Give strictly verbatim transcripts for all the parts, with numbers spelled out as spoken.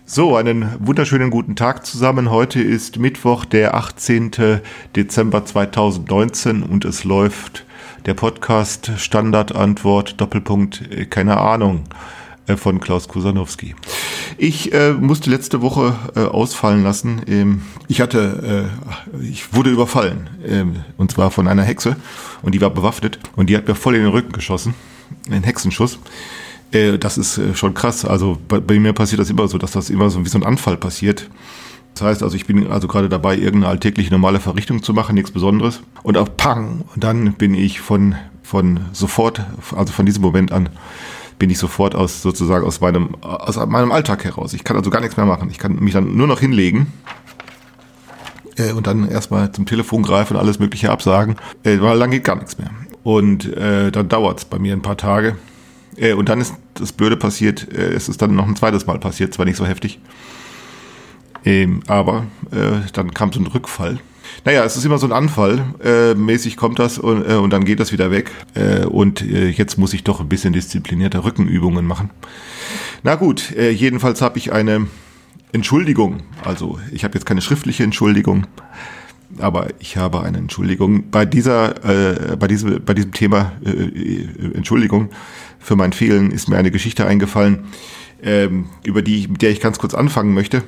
So, einen wunderschönen guten Tag zusammen. Heute ist Mittwoch, der achtzehnten Dezember zweitausendneunzehn und es läuft der Podcast Standardantwort Doppelpunkt keine Ahnung von Klaus Kusanowski. Ich äh, musste letzte Woche äh, ausfallen lassen. Ähm, ich hatte, äh, ich wurde überfallen ähm, und zwar von einer Hexe und die war bewaffnet und die hat mir voll in den Rücken geschossen, einen Hexenschuss. Das ist schon krass. Also bei, bei mir passiert das immer so, dass das immer so wie so ein Anfall passiert. Das heißt, also ich bin also gerade dabei, irgendeine alltägliche normale Verrichtung zu machen, nichts Besonderes. Und auch pang! Und dann bin ich von von sofort, also von diesem Moment an, bin ich sofort aus sozusagen aus meinem aus meinem Alltag heraus. Ich kann also gar nichts mehr machen. Ich kann mich dann nur noch hinlegen äh, und dann erstmal zum Telefon greifen und alles Mögliche absagen, äh, weil dann geht gar nichts mehr. Und äh, dann dauert es bei mir ein paar Tage. Und dann ist das Blöde passiert, es ist dann noch ein zweites Mal passiert, zwar nicht so heftig, aber dann kam so ein Rückfall. Naja, es ist immer so ein Anfall, mäßig kommt das und, und dann geht das wieder weg und jetzt muss ich doch ein bisschen disziplinierter Rückenübungen machen. Na gut, jedenfalls habe ich eine Entschuldigung, also ich habe jetzt keine schriftliche Entschuldigung, aber ich habe eine Entschuldigung. Bei dieser, äh, bei diesem, bei diesem Thema äh, Entschuldigung für mein Fehlen ist mir eine Geschichte eingefallen, ähm, über die, mit der ich ganz kurz anfangen möchte,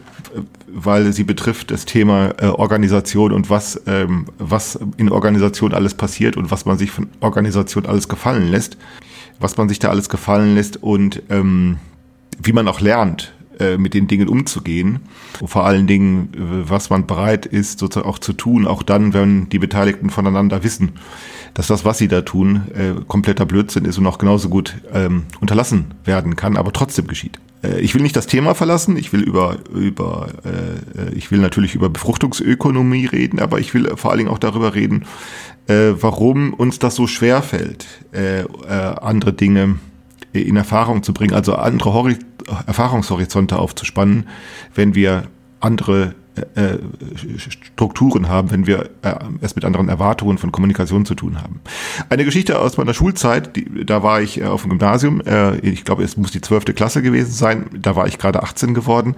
weil sie betrifft das Thema äh, Organisation und was, ähm, was in Organisation alles passiert und was man sich von Organisation alles gefallen lässt, was man sich da alles gefallen lässt und ähm, wie man auch lernt, mit den Dingen umzugehen. Und vor allen Dingen, was man bereit ist, sozusagen auch zu tun, auch dann, wenn die Beteiligten voneinander wissen, dass das, was sie da tun, äh, kompletter Blödsinn ist und auch genauso gut ähm, unterlassen werden kann, aber trotzdem geschieht. Äh, ich will nicht das Thema verlassen, ich will über, über äh, ich will natürlich über Befruchtungsökonomie reden, aber ich will vor allen Dingen auch darüber reden, äh, warum uns das so schwer fällt, äh, äh, andere Dinge in Erfahrung zu bringen, also andere Hori- Erfahrungshorizonte aufzuspannen, wenn wir andere äh, Strukturen haben, wenn wir äh, es mit anderen Erwartungen von Kommunikation zu tun haben. Eine Geschichte aus meiner Schulzeit, die, da war ich äh, auf dem Gymnasium, äh, ich glaube, es muss die zwölfte Klasse gewesen sein, da war ich gerade achtzehn geworden.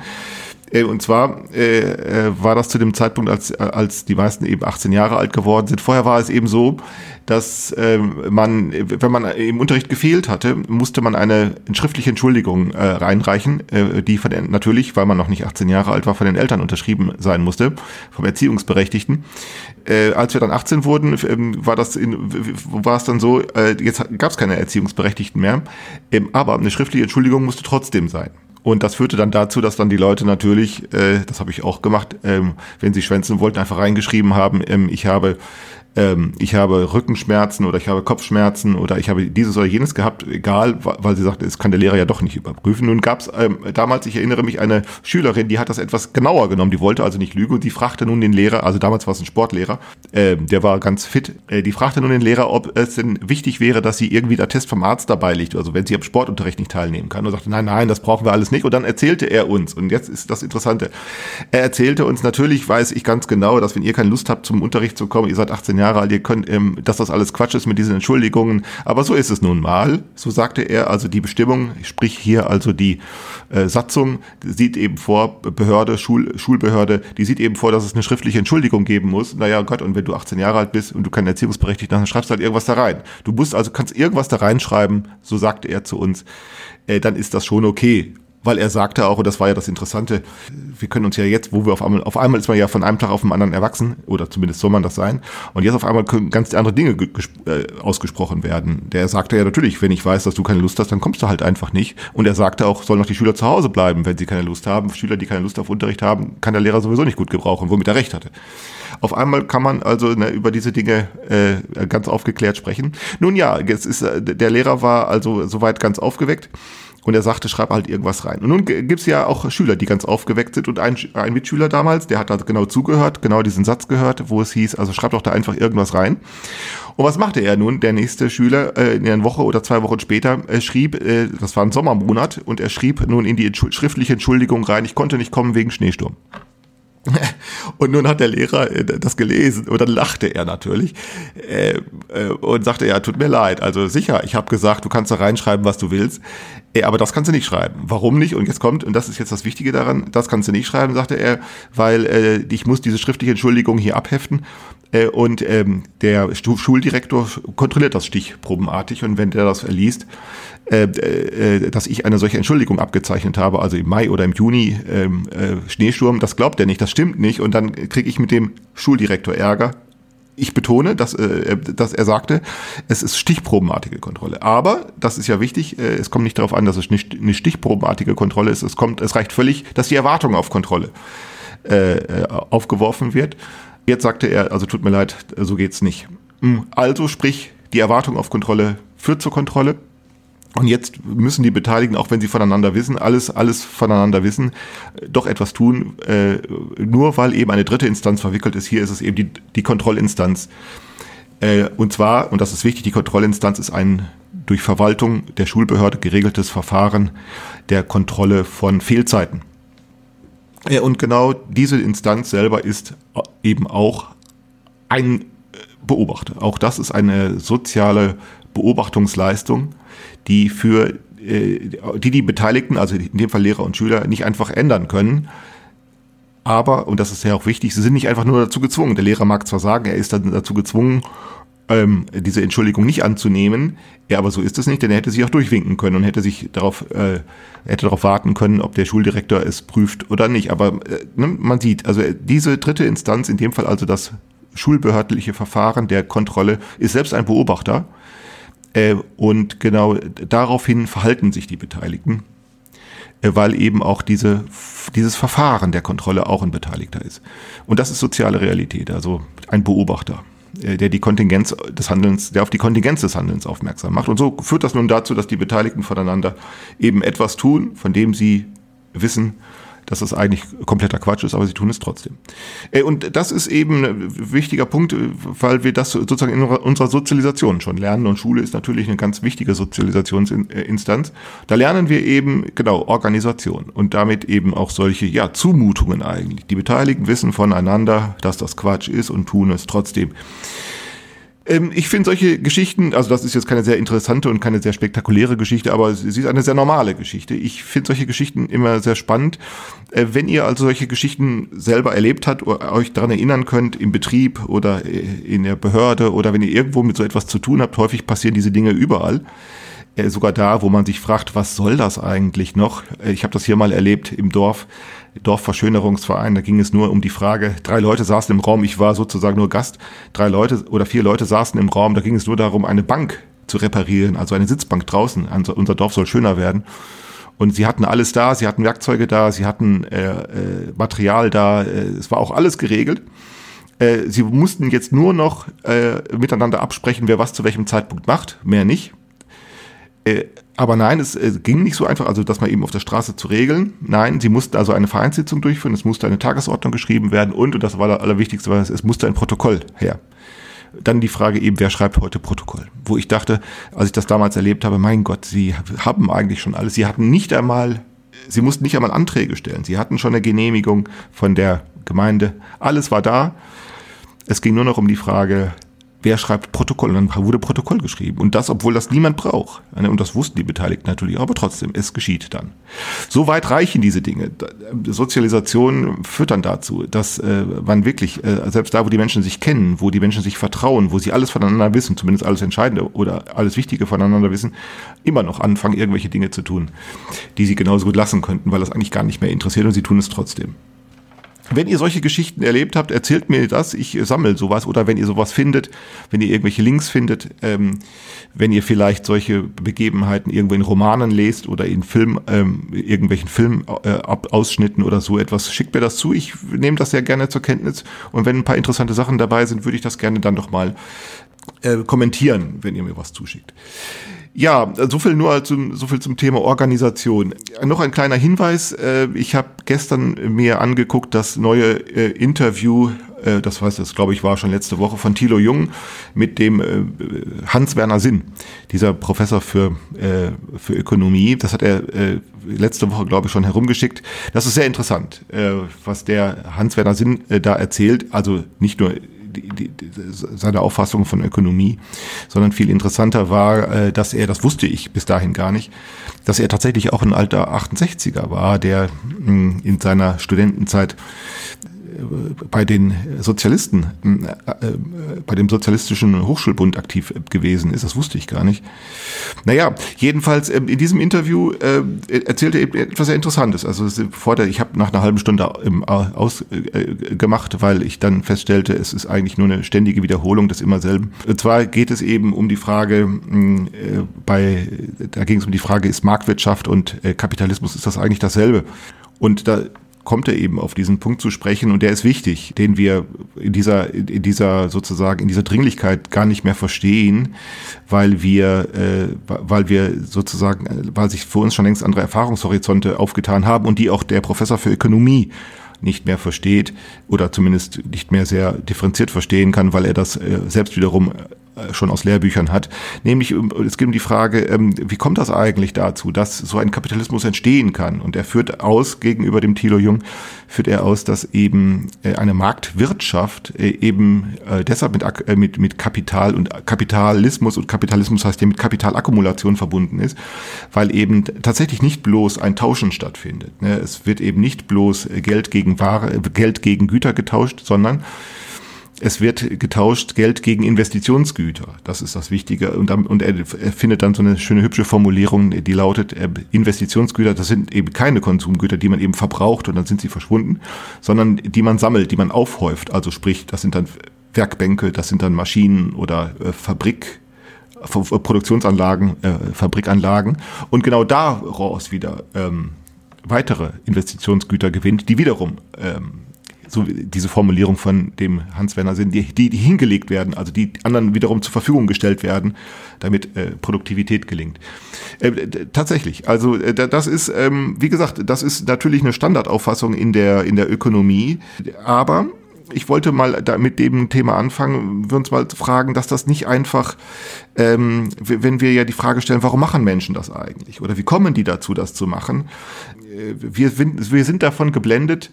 Und zwar äh, war das zu dem Zeitpunkt, als als die meisten eben achtzehn Jahre alt geworden sind. Vorher war es eben so, dass äh, man, wenn man im Unterricht gefehlt hatte, musste man eine schriftliche Entschuldigung äh, reinreichen, äh, die von den, natürlich, weil man noch nicht achtzehn Jahre alt war, von den Eltern unterschrieben sein musste, vom Erziehungsberechtigten. Äh, als wir dann achtzehn wurden, äh, war das in, war es dann so, äh, jetzt gab es keine Erziehungsberechtigten mehr, äh, aber eine schriftliche Entschuldigung musste trotzdem sein. Und das führte dann dazu, dass dann die Leute natürlich, äh, das habe ich auch gemacht, ähm, wenn sie schwänzen wollten, einfach reingeschrieben haben, ähm, ich habe ähm, ich habe Rückenschmerzen oder ich habe Kopfschmerzen oder ich habe dieses oder jenes gehabt, egal, weil sie sagte, es kann der Lehrer ja doch nicht überprüfen. Nun gab es ähm, damals, ich erinnere mich, eine Schülerin, die hat das etwas genauer genommen, die wollte also nicht lügen und die fragte nun den Lehrer, also damals war es ein Sportlehrer, äh, der war ganz fit, äh, die fragte nun den Lehrer, ob es denn wichtig wäre, dass sie irgendwie der Test vom Arzt dabei liegt, also wenn sie am Sportunterricht nicht teilnehmen kann. Und sagte, nein, nein, das brauchen wir alles nicht. Und dann erzählte er uns, und jetzt ist das Interessante, er erzählte uns, natürlich weiß ich ganz genau, dass wenn ihr keine Lust habt, zum Unterricht zu kommen, ihr seid achtzehn Jahre alt, ihr könnt, ähm, dass das alles Quatsch ist mit diesen Entschuldigungen, aber so ist es nun mal, so sagte er, also die Bestimmung, sprich hier also die äh, Satzung, sieht eben vor, Behörde, Schul, Schulbehörde, die sieht eben vor, dass es eine schriftliche Entschuldigung geben muss. Naja Gott, und wenn du achtzehn Jahre alt bist und du kein Erziehungsberechtigter, dann schreibst du halt irgendwas da rein. Du musst also, kannst irgendwas da reinschreiben, so sagte er zu uns, äh, dann ist das schon okay. Weil er sagte auch, und das war ja das Interessante, wir können uns ja jetzt, wo wir auf einmal, auf einmal ist man ja von einem Tag auf den anderen erwachsen, oder zumindest soll man das sein, und jetzt auf einmal können ganz andere Dinge ges- äh, ausgesprochen werden. Der sagte ja natürlich, wenn ich weiß, dass du keine Lust hast, dann kommst du halt einfach nicht. Und er sagte auch, sollen noch die Schüler zu Hause bleiben, wenn sie keine Lust haben. Schüler, die keine Lust auf Unterricht haben, kann der Lehrer sowieso nicht gut gebrauchen, womit er recht hatte. Auf einmal kann man also ne, über diese Dinge äh, ganz aufgeklärt sprechen. Nun ja, jetzt ist äh, der Lehrer war also soweit ganz aufgeweckt. Und er sagte, schreib halt irgendwas rein. Und nun gibt's ja auch Schüler, die ganz aufgeweckt sind. Und ein, ein Mitschüler damals, der hat da genau zugehört, genau diesen Satz gehört, wo es hieß, also schreib doch da einfach irgendwas rein. Und was machte er nun? Der nächste Schüler, äh, in einer Woche oder zwei Wochen später, äh, schrieb, äh, das war ein Sommermonat, und er schrieb nun in die Entschuld- schriftliche Entschuldigung rein, ich konnte nicht kommen wegen Schneesturm. Und nun hat der Lehrer das gelesen und dann lachte er natürlich äh, äh, und sagte, ja, tut mir leid, also sicher, ich habe gesagt, du kannst da reinschreiben, was du willst, Äh, aber das kannst du nicht schreiben. Warum nicht? Und jetzt kommt, und das ist jetzt das Wichtige daran, das kannst du nicht schreiben, sagte er, weil äh, ich muss diese schriftliche Entschuldigung hier abheften. Äh, und ähm, der Schuldirektor kontrolliert das stichprobenartig. Und wenn der das liest, äh, äh, dass ich eine solche Entschuldigung abgezeichnet habe, also im Mai oder im Juni ähm, äh, Schneesturm, das glaubt er nicht, das stimmt nicht. Und dann kriege ich mit dem Schuldirektor Ärger. Ich betone, dass, äh, dass er sagte, es ist stichprobenartige Kontrolle. Aber, das ist ja wichtig, äh, es kommt nicht darauf an, dass es nicht eine stichprobenartige Kontrolle ist. Es kommt, es reicht völlig, dass die Erwartung auf Kontrolle äh, aufgeworfen wird. Jetzt sagte er, also tut mir leid, so geht's nicht. Also sprich, die Erwartung auf Kontrolle führt zur Kontrolle. Und jetzt müssen die Beteiligten, auch wenn sie voneinander wissen, alles, alles voneinander wissen, doch etwas tun, äh, nur weil eben eine dritte Instanz verwickelt ist. Hier ist es eben die, die Kontrollinstanz. Äh, und zwar, und das ist wichtig, die Kontrollinstanz ist ein durch Verwaltung der Schulbehörde geregeltes Verfahren der Kontrolle von Fehlzeiten. Äh, und genau diese Instanz selber ist eben auch ein Beobachter. Auch das ist eine soziale Beobachtungsleistung, die für äh, die die Beteiligten, also in dem Fall Lehrer und Schüler, nicht einfach ändern können. Aber, und das ist ja auch wichtig, sie sind nicht einfach nur dazu gezwungen. Der Lehrer mag zwar sagen, er ist dann dazu gezwungen, ähm, diese Entschuldigung nicht anzunehmen, ja, aber so ist es nicht, denn er hätte sich auch durchwinken können und hätte sich darauf, äh, hätte darauf warten können, ob der Schuldirektor es prüft oder nicht. Aber äh, ne, man sieht, also diese dritte Instanz, in dem Fall also das schulbehördliche Verfahren der Kontrolle, ist selbst ein Beobachter. Äh, und genau daraufhin verhalten sich die Beteiligten, äh, weil eben auch diese, dieses Verfahren der Kontrolle auch ein Beteiligter ist. Und das ist soziale Realität, also ein Beobachter, äh, der die Kontingenz des Handelns, der auf die Kontingenz des Handelns aufmerksam macht. Und so führt das nun dazu, dass die Beteiligten voneinander eben etwas tun, von dem sie wissen, dass das eigentlich kompletter Quatsch ist, aber sie tun es trotzdem. Und das ist eben ein wichtiger Punkt, weil wir das sozusagen in unserer Sozialisation schon lernen. Und Schule ist natürlich eine ganz wichtige Sozialisationsinstanz. Da lernen wir eben, genau, Organisation und damit eben auch solche, ja, Zumutungen eigentlich. Die Beteiligten wissen voneinander, dass das Quatsch ist und tun es trotzdem. Ich finde solche Geschichten, also das ist jetzt keine sehr interessante und keine sehr spektakuläre Geschichte, aber sie ist eine sehr normale Geschichte. Ich finde solche Geschichten immer sehr spannend. Wenn ihr also solche Geschichten selber erlebt habt oder euch daran erinnern könnt, im Betrieb oder in der Behörde oder wenn ihr irgendwo mit so etwas zu tun habt, häufig passieren diese Dinge überall. Sogar da, wo man sich fragt, was soll das eigentlich noch? Ich habe das hier mal erlebt im Dorf, Dorfverschönerungsverein, da ging es nur um die Frage, drei Leute saßen im Raum, ich war sozusagen nur Gast, drei Leute oder vier Leute saßen im Raum, da ging es nur darum, eine Bank zu reparieren, also eine Sitzbank draußen, unser Dorf soll schöner werden. Und sie hatten alles da, sie hatten Werkzeuge da, sie hatten äh, äh, Material da, äh, es war auch alles geregelt. Äh, sie mussten jetzt nur noch äh, miteinander absprechen, wer was zu welchem Zeitpunkt macht, mehr nicht. Äh, aber nein, es äh, ging nicht so einfach, also das mal eben auf der Straße zu regeln. Nein, sie mussten also eine Vereinssitzung durchführen, es musste eine Tagesordnung geschrieben werden und, und das war das Allerwichtigste, war, es musste ein Protokoll her. Dann die Frage eben, wer schreibt heute Protokoll? Wo ich dachte, als ich das damals erlebt habe, mein Gott, sie haben eigentlich schon alles. Sie hatten nicht einmal, sie mussten nicht einmal Anträge stellen. Sie hatten schon eine Genehmigung von der Gemeinde. Alles war da. Es ging nur noch um die Frage, wer schreibt Protokoll? Und dann wurde Protokoll geschrieben. Und das, obwohl das niemand braucht. Und das wussten die Beteiligten natürlich, aber trotzdem, es geschieht dann. So weit reichen diese Dinge. Sozialisation führt dann dazu, dass äh, man wirklich, äh, selbst da, wo die Menschen sich kennen, wo die Menschen sich vertrauen, wo sie alles voneinander wissen, zumindest alles Entscheidende oder alles Wichtige voneinander wissen, immer noch anfangen, irgendwelche Dinge zu tun, die sie genauso gut lassen könnten, weil das eigentlich gar nicht mehr interessiert und sie tun es trotzdem. Wenn ihr solche Geschichten erlebt habt, erzählt mir das, ich sammle sowas, oder wenn ihr sowas findet, wenn ihr irgendwelche Links findet, ähm, wenn ihr vielleicht solche Begebenheiten irgendwo in Romanen lest oder in Film, ähm, irgendwelchen Filmausschnitten äh, oder so etwas, schickt mir das zu, ich nehme das sehr gerne zur Kenntnis und wenn ein paar interessante Sachen dabei sind, würde ich das gerne dann doch mal äh, kommentieren, wenn ihr mir was zuschickt. Ja, so viel nur zum, so viel zum Thema Organisation. Noch ein kleiner Hinweis. Ich habe gestern mir angeguckt, das neue Interview, das heißt, das glaube ich war schon letzte Woche, von Thilo Jung mit dem Hans-Werner Sinn, dieser Professor für, für Ökonomie. Das hat er letzte Woche, glaube ich, schon herumgeschickt. Das ist sehr interessant, was der Hans-Werner Sinn da erzählt. Also nicht nur die, die, seine Auffassung von Ökonomie, sondern viel interessanter war, äh, dass er, das wusste ich bis dahin gar nicht, dass er tatsächlich auch ein alter achtundsechziger war, der mh, in seiner Studentenzeit bei den Sozialisten, äh, bei dem Sozialistischen Hochschulbund aktiv gewesen ist. Das wusste ich gar nicht. Naja, jedenfalls äh, in diesem Interview äh, erzählte er etwas sehr Interessantes. Also vor der, ich habe nach einer halben Stunde ähm, ausgemacht, äh, weil ich dann feststellte, es ist eigentlich nur eine ständige Wiederholung des Immerselben. Und zwar geht es eben um die Frage, äh, bei, da ging es um die Frage, ist Marktwirtschaft und äh, Kapitalismus, ist das eigentlich dasselbe? Und da kommt er eben auf diesen Punkt zu sprechen und der ist wichtig, den wir in dieser, in dieser sozusagen, in dieser Dringlichkeit gar nicht mehr verstehen, weil wir, äh, weil wir sozusagen, weil sich für uns schon längst andere Erfahrungshorizonte aufgetan haben und die auch der Professor für Ökonomie nicht mehr versteht oder zumindest nicht mehr sehr differenziert verstehen kann, weil er das äh, selbst wiederum schon aus Lehrbüchern hat. Nämlich, es geht um die Frage, wie kommt das eigentlich dazu, dass so ein Kapitalismus entstehen kann? Und er führt aus, gegenüber dem Thilo Jung, führt er aus, dass eben eine Marktwirtschaft eben deshalb mit, mit, mit Kapital und Kapitalismus, und Kapitalismus heißt ja mit Kapitalakkumulation verbunden ist, weil eben tatsächlich nicht bloß ein Tauschen stattfindet. Es wird eben nicht bloß Geld gegen Ware, Geld gegen Güter getauscht, sondern es wird getauscht Geld gegen Investitionsgüter. Das ist das Wichtige. Und, dann, und er findet dann so eine schöne, hübsche Formulierung, die lautet, Investitionsgüter, das sind eben keine Konsumgüter, die man eben verbraucht und dann sind sie verschwunden, sondern die man sammelt, die man aufhäuft. Also sprich, das sind dann Werkbänke, das sind dann Maschinen oder äh, Fabrik, Produktionsanlagen, äh, Fabrikanlagen. Und genau daraus wieder ähm, weitere Investitionsgüter gewinnt, die wiederum ähm, so diese Formulierung von dem Hans-Werner Sinn, die, die, die hingelegt werden, also die anderen wiederum zur Verfügung gestellt werden, damit äh, Produktivität gelingt. Äh, tatsächlich, also äh, das ist, ähm, wie gesagt, das ist natürlich eine Standardauffassung in der, in der Ökonomie, aber ich wollte mal da mit dem Thema anfangen, wir uns mal fragen, dass das nicht einfach, ähm, wenn wir ja die Frage stellen, warum machen Menschen das eigentlich? Oder wie kommen die dazu, das zu machen? Äh, wir, wir sind davon geblendet,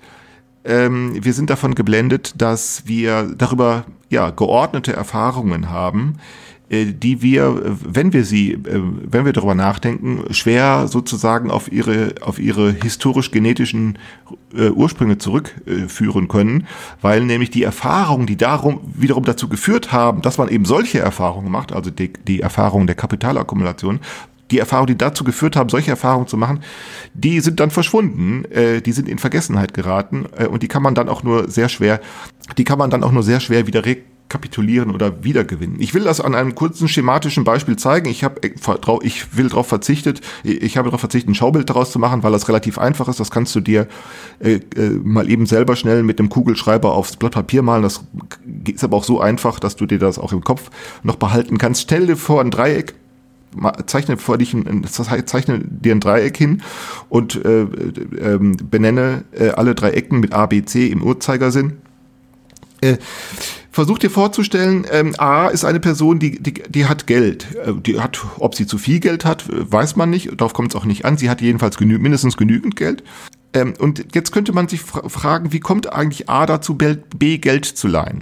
Ähm, wir sind davon geblendet, dass wir darüber ja geordnete Erfahrungen haben, äh, die wir, wenn wir sie, äh, wenn wir darüber nachdenken, schwer sozusagen auf ihre auf ihre historisch-genetischen äh, Ursprünge zurückführen äh, können, weil nämlich die Erfahrungen, die darum wiederum dazu geführt haben, dass man eben solche Erfahrungen macht, also die, die Erfahrung der Kapitalakkumulation, die Erfahrungen, die dazu geführt haben, solche Erfahrungen zu machen, die sind dann verschwunden, äh, die sind in Vergessenheit geraten äh, und die kann man dann auch nur sehr schwer, die kann man dann auch nur sehr schwer wieder rekapitulieren oder wiedergewinnen. Ich will das an einem kurzen schematischen Beispiel zeigen. Ich habe, ich will darauf verzichtet, ich habe darauf verzichtet, ein Schaubild daraus zu machen, weil das relativ einfach ist. Das kannst du dir äh, äh, mal eben selber schnell mit einem Kugelschreiber aufs Blatt Papier malen. Das ist aber auch so einfach, dass du dir das auch im Kopf noch behalten kannst. Stell dir vor ein Dreieck. Zeichne vor dich ein, zeichne dir ein Dreieck hin und äh, äh, benenne äh, alle drei Ecken mit A, B, C im Uhrzeigersinn. Äh, versuch dir vorzustellen, ähm, A ist eine Person, die, die, die hat Geld. Äh, die hat, ob sie zu viel Geld hat, weiß man nicht. Darauf kommt es auch nicht an. Sie hat jedenfalls genü- mindestens genügend Geld. Ähm, und jetzt könnte man sich fra- fragen, wie kommt eigentlich A dazu, B Geld zu leihen?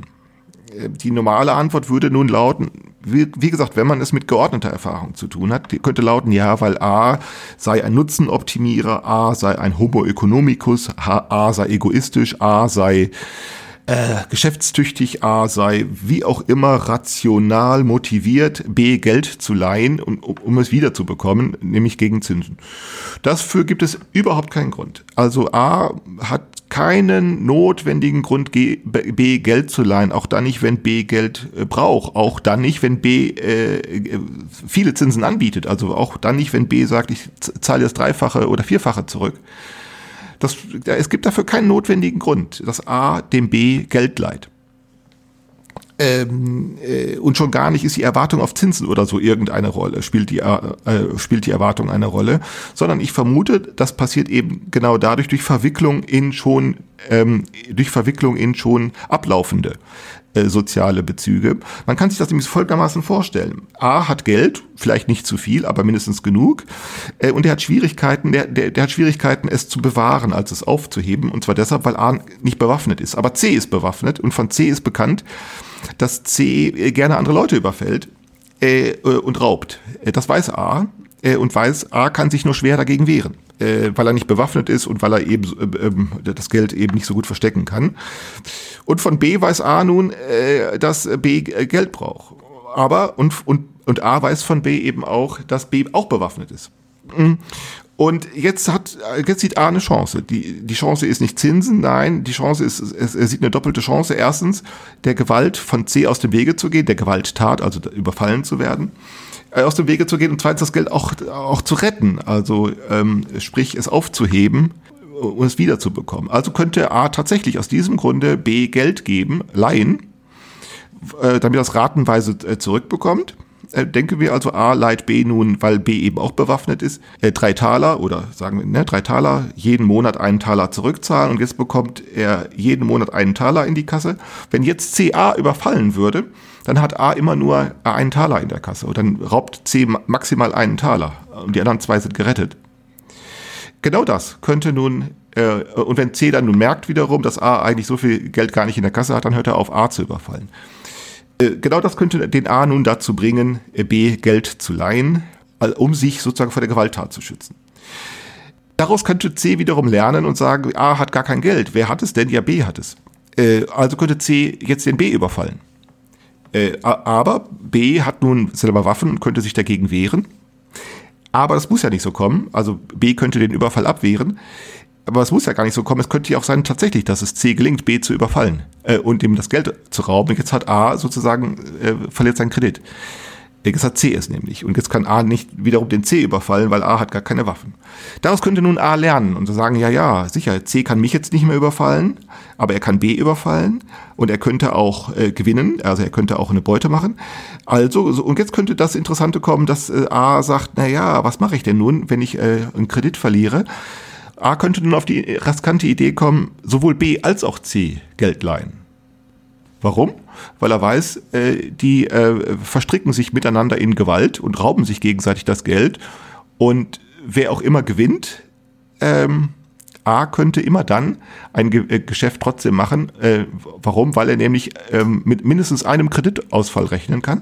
Die normale Antwort würde nun lauten, wie, wie gesagt, wenn man es mit geordneter Erfahrung zu tun hat, könnte lauten, ja, weil A sei ein Nutzenoptimierer, A sei ein Homo economicus, A sei egoistisch, A sei äh, geschäftstüchtig, A sei wie auch immer rational motiviert, B Geld zu leihen, um, um es wiederzubekommen, nämlich gegen Zinsen. Dafür gibt es überhaupt keinen Grund. Also A hat keinen notwendigen Grund, B Geld zu leihen, auch dann nicht, wenn B Geld äh, braucht, auch dann nicht, wenn B äh, viele Zinsen anbietet, also auch dann nicht, wenn B sagt, ich zahle das Dreifache oder Vierfache zurück. Das, es gibt dafür keinen notwendigen Grund, dass A dem B Geld leiht. Ähm, äh, und schon gar nicht ist die Erwartung auf Zinsen oder so irgendeine Rolle, spielt die, äh, spielt die Erwartung eine Rolle, sondern ich vermute, das passiert eben genau dadurch, durch Verwicklung in schon, ähm, durch Verwicklung in schon ablaufende äh, soziale Bezüge. Man kann sich das nämlich folgendermaßen vorstellen. A hat Geld, vielleicht nicht zu viel, aber mindestens genug. Äh, und der hat Schwierigkeiten, der, der, der hat Schwierigkeiten, es zu bewahren, als es aufzuheben. Und zwar deshalb, weil A nicht bewaffnet ist. Aber C ist bewaffnet und von C ist bekannt, dass C äh, gerne andere Leute überfällt äh, und raubt. Äh, das weiß A äh, und weiß, A kann sich nur schwer dagegen wehren. Äh, weil er nicht bewaffnet ist und weil er eben äh, das Geld eben nicht so gut verstecken kann. Und von B weiß A nun, äh, dass B Geld braucht. Aber, und, und, und A weiß von B eben auch, dass B auch bewaffnet ist. Und jetzt hat, jetzt sieht A eine Chance. Die, die Chance ist nicht Zinsen, nein, die Chance ist, er sieht eine doppelte Chance. Erstens, der Gewalt von C aus dem Wege zu gehen, der Gewalttat, also überfallen zu werden, aus dem Wege zu gehen und zweitens das Geld auch, auch zu retten, also ähm, sprich es aufzuheben und es wiederzubekommen. Also könnte A tatsächlich aus diesem Grunde B Geld geben, leihen, äh, damit er es ratenweise äh, zurückbekommt. Äh, denken wir also, A leiht B nun, weil B eben auch bewaffnet ist, äh, drei Taler oder sagen wir, ne, drei Taler, jeden Monat einen Taler zurückzahlen und jetzt bekommt er jeden Monat einen Taler in die Kasse. Wenn jetzt C A überfallen würde, dann hat A immer nur einen Taler in der Kasse und dann raubt C maximal einen Taler und die anderen zwei sind gerettet. Genau das könnte nun, äh, und wenn C dann nun merkt wiederum, dass A eigentlich so viel Geld gar nicht in der Kasse hat, dann hört er auf, A zu überfallen. Äh, genau das könnte den A nun dazu bringen, B Geld zu leihen, um sich sozusagen vor der Gewalttat zu schützen. Daraus könnte C wiederum lernen und sagen, A hat gar kein Geld. Wer hat es denn? Ja, B hat es. Äh, also könnte C jetzt den B überfallen. Äh, aber B hat nun selber Waffen und könnte sich dagegen wehren. Aber das muss ja nicht so kommen. Also B könnte den Überfall abwehren. Aber es muss ja gar nicht so kommen. Es könnte ja auch sein tatsächlich, dass es C gelingt, B zu überfallen äh, und ihm das Geld zu rauben. Und jetzt hat A sozusagen, äh, verliert seinen Kredit. Jetzt hat C es nämlich. Und jetzt kann A nicht wiederum den C überfallen, weil A hat gar keine Waffen. Daraus könnte nun A lernen und sagen, ja, ja, sicher, C kann mich jetzt nicht mehr überfallen, aber er kann B überfallen und er könnte auch äh, gewinnen, also er könnte auch eine Beute machen. Also, so, und jetzt könnte das Interessante kommen, dass äh, A sagt, na ja, was mache ich denn nun, wenn ich äh, einen Kredit verliere? A könnte nun auf die riskante Idee kommen, sowohl B als auch C Geld leihen. Warum? Weil er weiß, äh, die äh, verstricken sich miteinander in Gewalt und rauben sich gegenseitig das Geld. Und wer auch immer gewinnt, ähm, A könnte immer dann ein Ge- äh, Geschäft trotzdem machen. Äh, warum? Weil er nämlich ähm, mit mindestens einem Kreditausfall rechnen kann.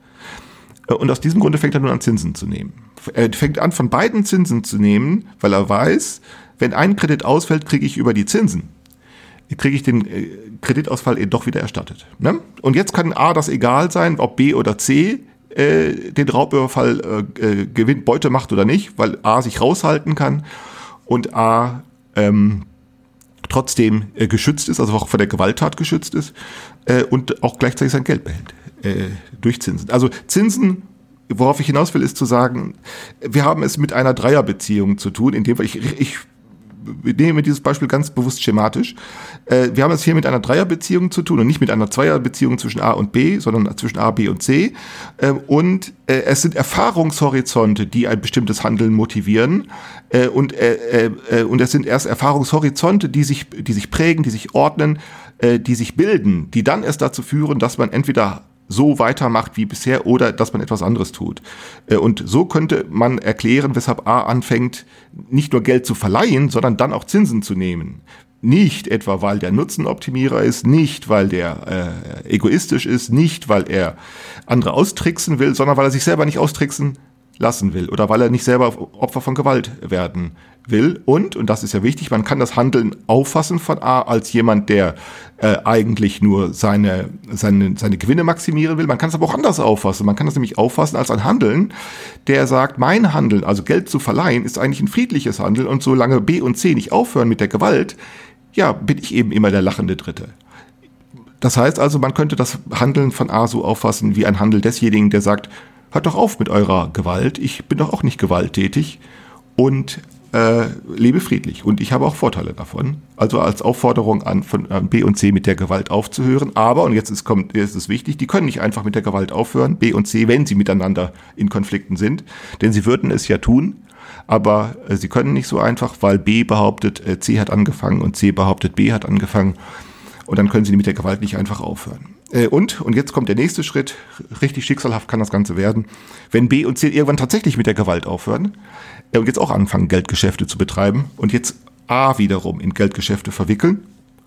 Äh, und aus diesem Grunde fängt er nun an, Zinsen zu nehmen. Er fängt an, von beiden Zinsen zu nehmen, weil er weiß, wenn ein Kredit ausfällt, kriege ich über die Zinsen. kriege ich den äh, Kreditausfall eben doch wieder erstattet. Ne? Und jetzt kann A das egal sein, ob B oder C äh, den Raubüberfall äh, gewinnt, Beute macht oder nicht, weil A sich raushalten kann und A ähm, trotzdem äh, geschützt ist, also auch vor der Gewalttat geschützt ist äh, und auch gleichzeitig sein Geld behält äh, durch Zinsen. Also Zinsen, worauf ich hinaus will, ist zu sagen, wir haben es mit einer Dreierbeziehung zu tun, in dem ich, ich ich nehme dieses Beispiel ganz bewusst schematisch. Äh, wir haben es hier mit einer Dreierbeziehung zu tun und nicht mit einer Zweierbeziehung zwischen A und B, sondern zwischen A, B und C. Äh, und äh, es sind Erfahrungshorizonte, die ein bestimmtes Handeln motivieren. Äh, und, äh, äh, und es sind erst Erfahrungshorizonte, die sich, die sich prägen, die sich ordnen, äh, die sich bilden, die dann erst dazu führen, dass man entweder so weitermacht wie bisher oder dass man etwas anderes tut. Und so könnte man erklären, weshalb A anfängt, nicht nur Geld zu verleihen, sondern dann auch Zinsen zu nehmen. Nicht etwa, weil der Nutzenoptimierer ist, nicht, weil der äh, egoistisch ist, nicht, weil er andere austricksen will, sondern weil er sich selber nicht austricksen lassen will oder weil er nicht selber Opfer von Gewalt werden will. Und, und das ist ja wichtig, man kann das Handeln auffassen von A als jemand, der äh, eigentlich nur seine, seine, seine Gewinne maximieren will. Man kann es aber auch anders auffassen. Man kann das nämlich auffassen als ein Handeln, der sagt, mein Handeln, also Geld zu verleihen, ist eigentlich ein friedliches Handeln und solange B und C nicht aufhören mit der Gewalt, ja, bin ich eben immer der lachende Dritte. Das heißt also, man könnte das Handeln von A so auffassen wie ein Handel desjenigen, der sagt, hört doch auf mit eurer Gewalt, ich bin doch auch nicht gewalttätig und äh, lebe friedlich. Und ich habe auch Vorteile davon. Also als Aufforderung an, von an B und C mit der Gewalt aufzuhören. Aber, und jetzt ist, kommt, jetzt ist es wichtig, die können nicht einfach mit der Gewalt aufhören, B und C, wenn sie miteinander in Konflikten sind. Denn sie würden es ja tun, aber äh, sie können nicht so einfach, weil B behauptet, äh, C hat angefangen und C behauptet, B hat angefangen. Und dann können sie mit der Gewalt nicht einfach aufhören. Äh, und, und jetzt kommt der nächste Schritt, richtig schicksalhaft kann das Ganze werden, wenn B und C irgendwann tatsächlich mit der Gewalt aufhören äh, und jetzt auch anfangen, Geldgeschäfte zu betreiben und jetzt A wiederum in Geldgeschäfte verwickeln.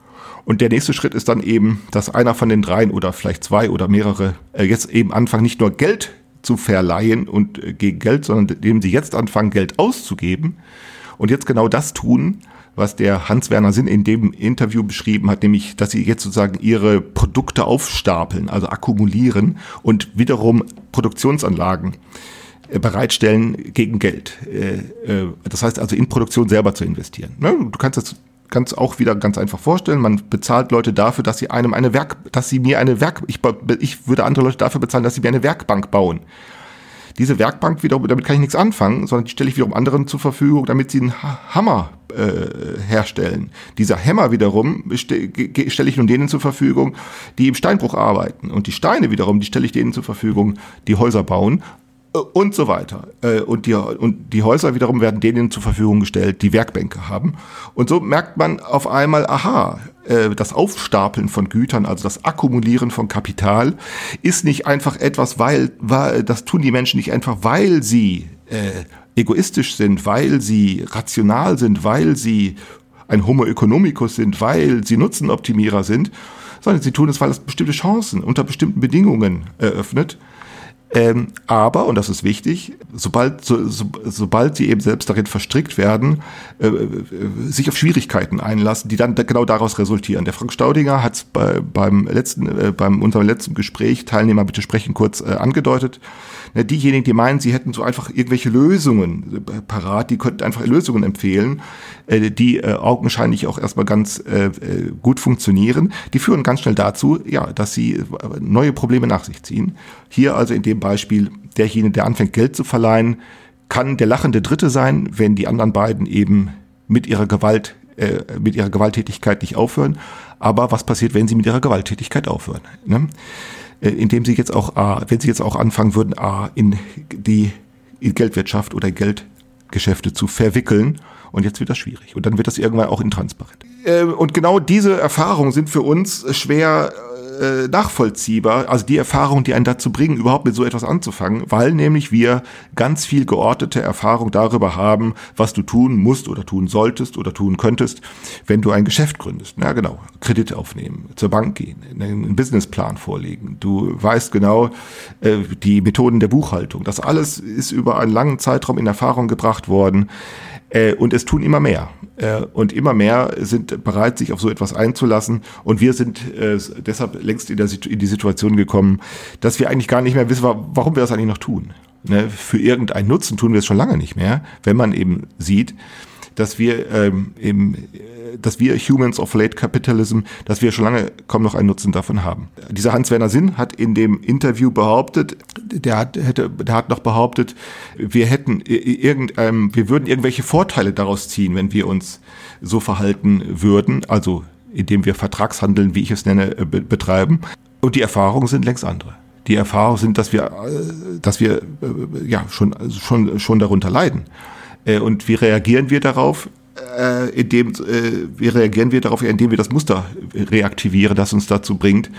Und der nächste Schritt ist dann eben, dass einer von den dreien oder vielleicht zwei oder mehrere äh, jetzt eben anfangen, nicht nur Geld zu verleihen und äh, gegen Geld, sondern indem sie jetzt anfangen, Geld auszugeben und jetzt genau das tun, was der Hans-Werner Sinn in dem Interview beschrieben hat, nämlich, dass sie jetzt sozusagen ihre Produkte aufstapeln, also akkumulieren und wiederum Produktionsanlagen äh, bereitstellen gegen Geld. Äh, äh, das heißt also in Produktion selber zu investieren. Ne? Du kannst das ganz auch wieder ganz einfach vorstellen. Man bezahlt Leute dafür, dass sie einem eine Werk, dass sie mir eine Werk, ich, ich würde andere Leute dafür bezahlen, dass sie mir eine Werkbank bauen. Diese Werkbank wiederum, damit kann ich nichts anfangen, sondern die stelle ich wiederum anderen zur Verfügung, damit sie einen Hammer äh, herstellen. Dieser Hammer wiederum ste- ge- stelle ich nun denen zur Verfügung, die im Steinbruch arbeiten. Und die Steine wiederum, die stelle ich denen zur Verfügung, die Häuser bauen. Und so weiter. Und die, und die Häuser wiederum werden denen zur Verfügung gestellt, die Werkbänke haben. Und so merkt man auf einmal, aha, das Aufstapeln von Gütern, also das Akkumulieren von Kapital, ist nicht einfach etwas, weil, weil das tun die Menschen nicht einfach, weil sie äh, egoistisch sind, weil sie rational sind, weil sie ein Homo economicus sind, weil sie Nutzenoptimierer sind, sondern sie tun es, weil es bestimmte Chancen unter bestimmten Bedingungen eröffnet. Ähm, aber, und das ist wichtig, sobald, so, so, sobald sie eben selbst darin verstrickt werden, äh, sich auf Schwierigkeiten einlassen, die dann genau daraus resultieren. Der Frank Staudinger hat es bei, beim letzten, äh, beim unserem letzten Gespräch, Teilnehmer bitte sprechen, kurz äh, angedeutet. Ne, diejenigen, die meinen, sie hätten so einfach irgendwelche Lösungen äh, parat, die könnten einfach Lösungen empfehlen, äh, die äh, augenscheinlich auch erstmal ganz äh, gut funktionieren, die führen ganz schnell dazu, ja, dass sie neue Probleme nach sich ziehen. Hier also in dem Beispiel, derjenige, der anfängt, Geld zu verleihen, kann der lachende Dritte sein, wenn die anderen beiden eben mit ihrer Gewalt, äh, mit ihrer Gewalttätigkeit nicht aufhören. Aber was passiert, wenn sie mit ihrer Gewalttätigkeit aufhören? Ne? Äh, indem sie jetzt auch, A, wenn sie jetzt auch anfangen würden, A, in die in Geldwirtschaft oder Geldgeschäfte zu verwickeln. Und jetzt wird das schwierig. Und dann wird das irgendwann auch intransparent. Äh, und genau diese Erfahrungen sind für uns schwer äh, nachvollziehbar. Also die Erfahrungen, die einen dazu bringen, überhaupt mit so etwas anzufangen, weil nämlich wir ganz viel geordnete Erfahrung darüber haben, was du tun musst oder tun solltest oder tun könntest, wenn du ein Geschäft gründest. Na genau, Kredite aufnehmen, zur Bank gehen, einen Businessplan vorlegen. Du weißt genau äh, die Methoden der Buchhaltung. Das alles ist über einen langen Zeitraum in Erfahrung gebracht worden. Äh, und es tun immer mehr. Äh, und immer mehr sind bereit, sich auf so etwas einzulassen. Und wir sind äh, deshalb längst in, der, in die Situation gekommen, dass wir eigentlich gar nicht mehr wissen, warum wir das eigentlich noch tun. Ne? Für irgendeinen Nutzen tun wir es schon lange nicht mehr, wenn man eben sieht, dass wir ähm, eben, dass wir Humans of Late Capitalism, dass wir schon lange kaum noch einen Nutzen davon haben. Dieser Hans-Werner Sinn hat in dem Interview behauptet, der hat, hätte, der hat noch behauptet, wir hätten irgendein, wir würden irgendwelche Vorteile daraus ziehen, wenn wir uns so verhalten würden, also indem wir Vertragshandeln, wie ich es nenne, betreiben. Und die Erfahrungen sind längst andere. Die Erfahrungen sind, dass wir, dass wir ja schon, schon, schon darunter leiden. Und wie reagieren wir darauf? Äh, indem, äh, wie reagieren wir darauf, indem wir das Muster reaktivieren, das uns dazu bringt,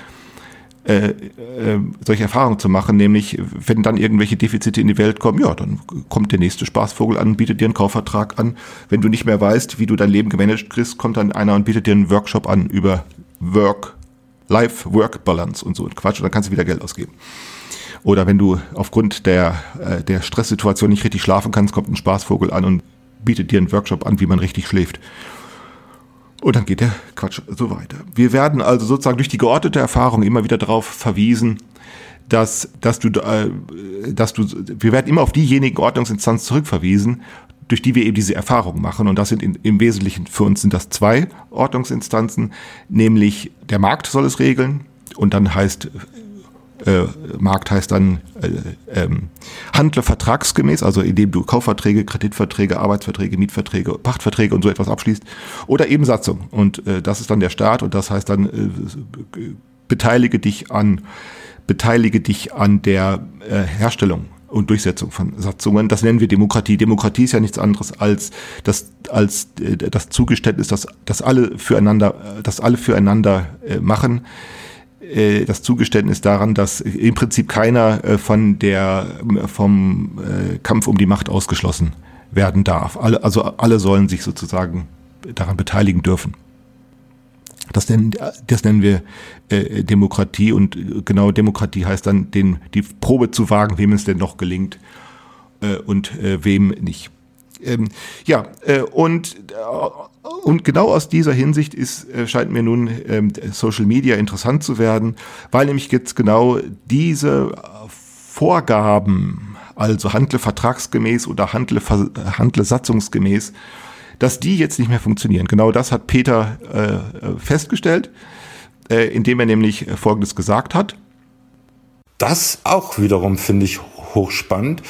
äh, äh, solche Erfahrungen zu machen, nämlich wenn dann irgendwelche Defizite in die Welt kommen, ja, dann kommt der nächste Spaßvogel an, bietet dir einen Kaufvertrag an. Wenn du nicht mehr weißt, wie du dein Leben gemanagt kriegst, kommt dann einer und bietet dir einen Workshop an über Work, Life-Work-Balance und so und Quatsch, und dann kannst du wieder Geld ausgeben. Oder wenn du aufgrund der, äh, der Stresssituation nicht richtig schlafen kannst, kommt ein Spaßvogel an und bietet dir einen Workshop an, wie man richtig schläft. Und dann geht der Quatsch so weiter. Wir werden also sozusagen durch die geordnete Erfahrung immer wieder darauf verwiesen, dass, dass du, äh, dass du, wir werden immer auf diejenigen Ordnungsinstanzen zurückverwiesen, durch die wir eben diese Erfahrung machen. Und das sind in, im Wesentlichen, für uns sind das zwei Ordnungsinstanzen, nämlich der Markt soll es regeln und dann heißt Äh, Markt heißt dann äh, ähm, handle vertragsgemäß, also indem du Kaufverträge, Kreditverträge, Arbeitsverträge, Mietverträge, Pachtverträge und so etwas abschließt, oder eben Satzung. Und äh, das ist dann der Staat und das heißt dann äh, beteilige dich an beteilige dich an der äh, Herstellung und Durchsetzung von Satzungen. Das nennen wir Demokratie. Demokratie ist ja nichts anderes als das als äh, das Zugeständnis, dass dass alle füreinander, dass alle füreinander äh, machen. äh, das Zugeständnis daran, dass im Prinzip keiner äh, von der, vom äh, Kampf um die Macht ausgeschlossen werden darf. Alle, also alle sollen sich sozusagen daran beteiligen dürfen. Das nennen, das nennen wir äh, Demokratie, und genau Demokratie heißt dann, den, die Probe zu wagen, wem es denn noch gelingt äh, und äh, wem nicht. Ähm, ja, äh, und, äh, und genau aus dieser Hinsicht ist, äh, scheint mir nun äh, Social Media interessant zu werden, weil nämlich jetzt genau diese Vorgaben, also handle vertragsgemäß oder handle, handle satzungsgemäß, dass die jetzt nicht mehr funktionieren. Genau das hat Peter äh, festgestellt, äh, indem er nämlich Folgendes gesagt hat. Das auch wiederum finde ich hochspannend,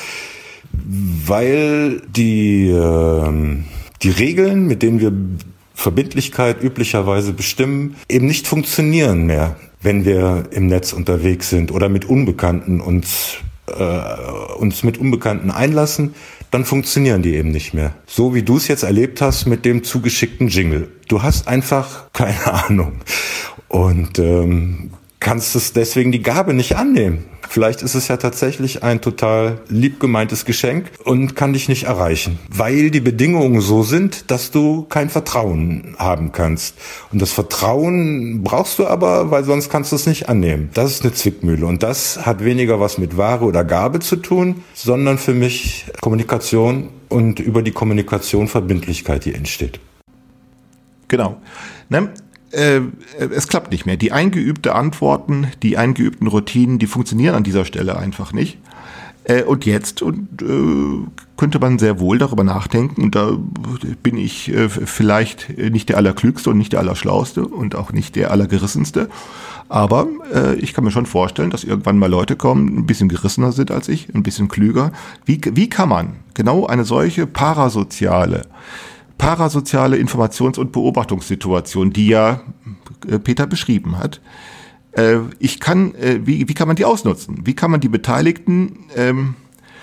weil die, äh, die Regeln, mit denen wir Verbindlichkeit üblicherweise bestimmen, eben nicht funktionieren mehr, wenn wir im Netz unterwegs sind oder mit Unbekannten uns, äh, uns mit Unbekannten einlassen. Dann funktionieren die eben nicht mehr. So wie du es jetzt erlebt hast mit dem zugeschickten Jingle. Du hast einfach keine Ahnung und ähm, kannst es deswegen die Gabe nicht annehmen. Vielleicht ist es ja tatsächlich ein total lieb gemeintes Geschenk und kann dich nicht erreichen, weil die Bedingungen so sind, dass du kein Vertrauen haben kannst. Und das Vertrauen brauchst du aber, weil sonst kannst du es nicht annehmen. Das ist eine Zwickmühle und das hat weniger was mit Ware oder Gabe zu tun, sondern für mich Kommunikation und über die Kommunikation Verbindlichkeit, die entsteht. Genau. Ne? Äh, es klappt nicht mehr. Die eingeübte Antworten, die eingeübten Routinen, die funktionieren an dieser Stelle einfach nicht. Äh, und jetzt und, äh, könnte man sehr wohl darüber nachdenken, und da bin ich äh, vielleicht nicht der Allerklügste und nicht der Allerschlauste und auch nicht der Allergerissenste, aber äh, ich kann mir schon vorstellen, dass irgendwann mal Leute kommen, ein bisschen gerissener sind als ich, ein bisschen klüger. Wie, wie kann man genau eine solche parasoziale parasoziale Informations- und Beobachtungssituation, die ja äh, Peter beschrieben hat. Äh, ich kann, äh, wie, wie kann man die ausnutzen? Wie kann man die Beteiligten, ähm,